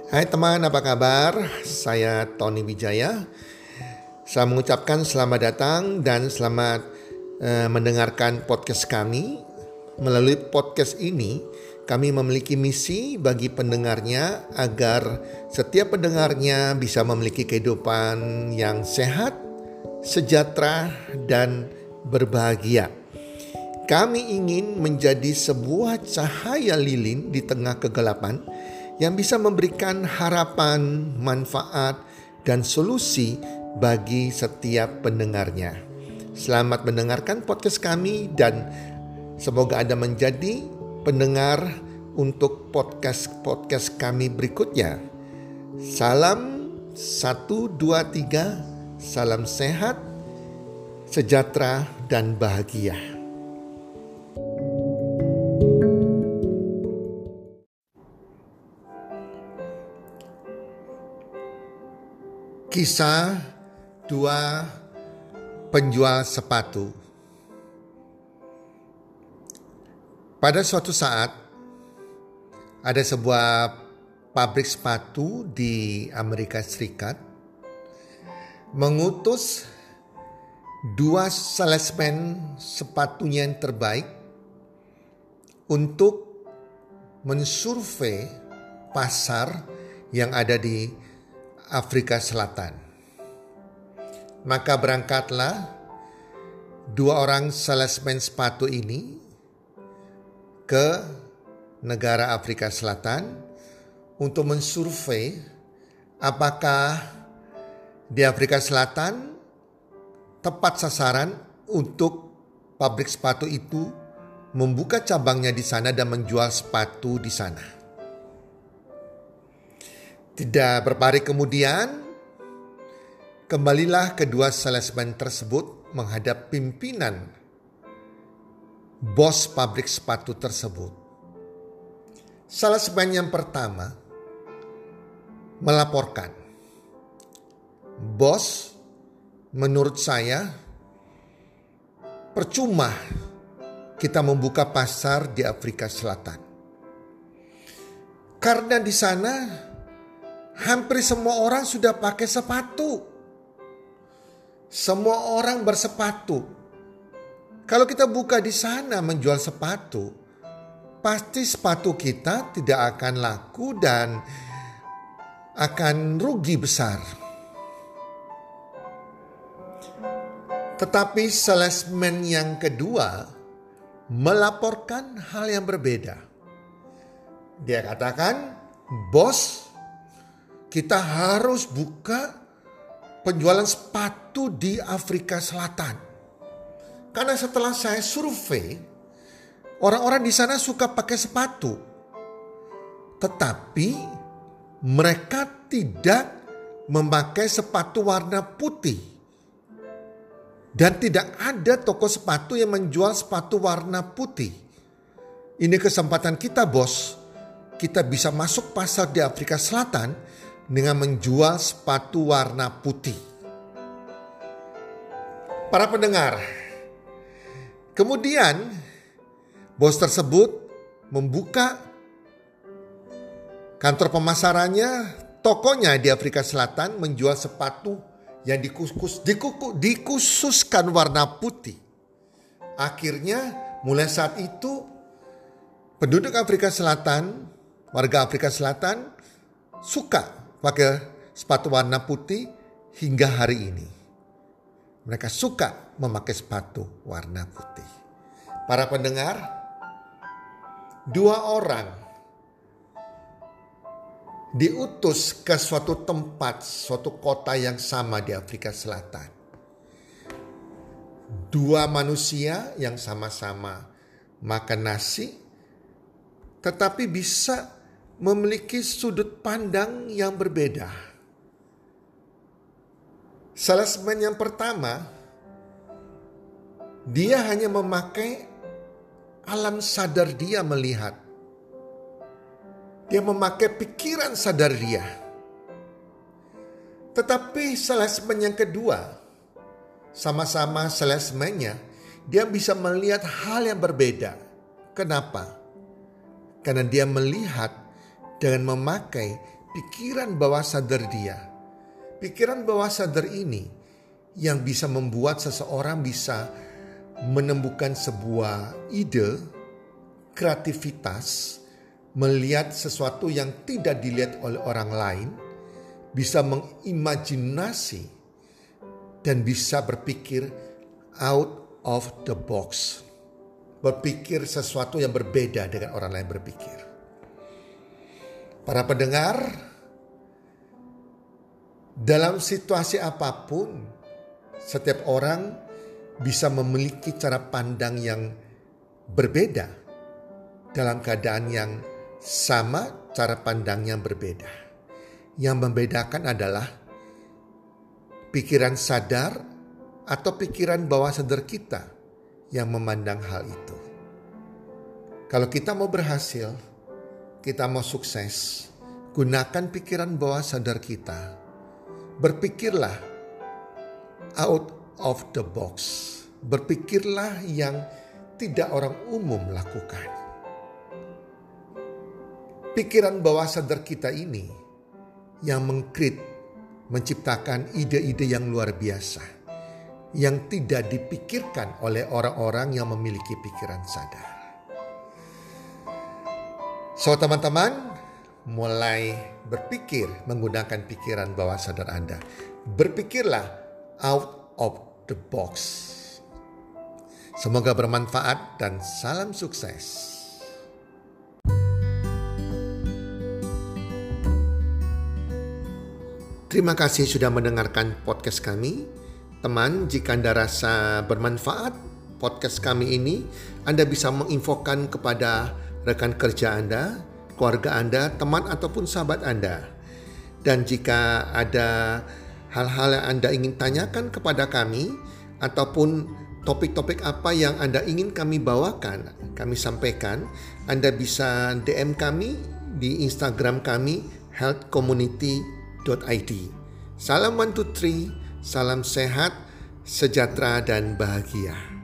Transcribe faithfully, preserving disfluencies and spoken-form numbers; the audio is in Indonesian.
Hai teman, apa kabar? Saya Tony Wijaya. Saya mengucapkan selamat datang dan selamat uh, mendengarkan podcast kami. Melalui podcast ini, kami memiliki misi bagi pendengarnya agar setiap pendengarnya bisa memiliki kehidupan yang sehat, sejahtera, dan berbahagia. Kami ingin menjadi sebuah cahaya lilin di tengah kegelapan yang bisa memberikan harapan, manfaat, dan solusi bagi setiap pendengarnya. Selamat mendengarkan podcast kami dan semoga Anda menjadi pendengar untuk podcast-podcast kami berikutnya. Salam satu, dua, tiga, salam sehat, sejahtera, dan bahagia. Kisah dua penjual sepatu. Pada suatu saat, ada sebuah pabrik sepatu di Amerika Serikat mengutus dua salesman sepatunya yang terbaik untuk mensurvei pasar yang ada di Afrika Selatan. Maka berangkatlah dua orang salesman sepatu ini ke negara Afrika Selatan untuk mensurvei apakah di Afrika Selatan tepat sasaran untuk pabrik sepatu itu membuka cabangnya di sana dan menjual sepatu di sana. Tidak berpari kemudian, kembalilah kedua salesman tersebut menghadap pimpinan bos pabrik sepatu tersebut. Salesman yang pertama melaporkan, "Bos, menurut saya percuma kita membuka pasar di Afrika Selatan. Karena di sana hampir semua orang sudah pakai sepatu. Semua orang bersepatu. Kalau kita buka di sana menjual sepatu, pasti sepatu kita tidak akan laku dan akan rugi besar." Tetapi salesman yang kedua melaporkan hal yang berbeda. Dia katakan, "Bos, kita harus buka penjualan sepatu di Afrika Selatan. Karena setelah saya survei, orang-orang di sana suka pakai sepatu. Tetapi mereka tidak memakai sepatu warna putih. Dan tidak ada toko sepatu yang menjual sepatu warna putih. Ini kesempatan kita, bos. Kita bisa masuk pasar di Afrika Selatan dengan menjual sepatu warna putih." Para pendengar, kemudian bos tersebut membuka kantor pemasarannya, tokonya di Afrika Selatan menjual sepatu yang dikhusus, dikuku, dikhususkan warna putih. Akhirnya mulai saat itu penduduk Afrika Selatan, warga Afrika Selatan suka pakai sepatu warna putih hingga hari ini. Mereka suka memakai sepatu warna putih. Para pendengar, dua orang diutus ke suatu tempat, suatu kota yang sama di Afrika Selatan. Dua manusia yang sama-sama makan nasi, tetapi bisa memiliki sudut pandang yang berbeda. Salesman yang pertama, dia hanya memakai alam sadar dia melihat. Dia memakai pikiran sadar dia. Tetapi salesman yang kedua, sama-sama salesmannya, dia bisa melihat hal yang berbeda. Kenapa? Karena dia melihat dengan memakai pikiran bawah sadar dia. Pikiran bawah sadar ini yang bisa membuat seseorang bisa menemukan sebuah ide, kreativitas, melihat sesuatu yang tidak dilihat oleh orang lain, bisa mengimajinasi dan bisa berpikir out of the box. Berpikir sesuatu yang berbeda dengan orang lain berpikir. Para pendengar, dalam situasi apapun, setiap orang bisa memiliki cara pandang yang berbeda. Dalam keadaan yang sama, cara pandang yang berbeda. Yang membedakan adalah pikiran sadar atau pikiran bawah sadar kita yang memandang hal itu. Kalau kita mau berhasil, kita mau sukses, gunakan pikiran bawah sadar kita. Berpikirlah out of the box. Berpikirlah yang tidak orang umum lakukan. Pikiran bawah sadar kita ini yang mengkreat, menciptakan ide-ide yang luar biasa, yang tidak dipikirkan oleh orang-orang yang memiliki pikiran sadar. So teman-teman, mulai berpikir menggunakan pikiran bawah sadar Anda. Berpikirlah out of the box. Semoga bermanfaat dan salam sukses. Terima kasih sudah mendengarkan podcast kami. Teman, jika Anda rasa bermanfaat podcast kami ini, Anda bisa menginfokan kepada rekan kerja Anda, keluarga Anda, teman ataupun sahabat Anda. Dan jika ada hal-hal yang Anda ingin tanyakan kepada kami, ataupun topik-topik apa yang Anda ingin kami bawakan, kami sampaikan, Anda bisa D M kami di Instagram kami health community dot i d. Salam one two three. Salam sehat, sejahtera dan bahagia.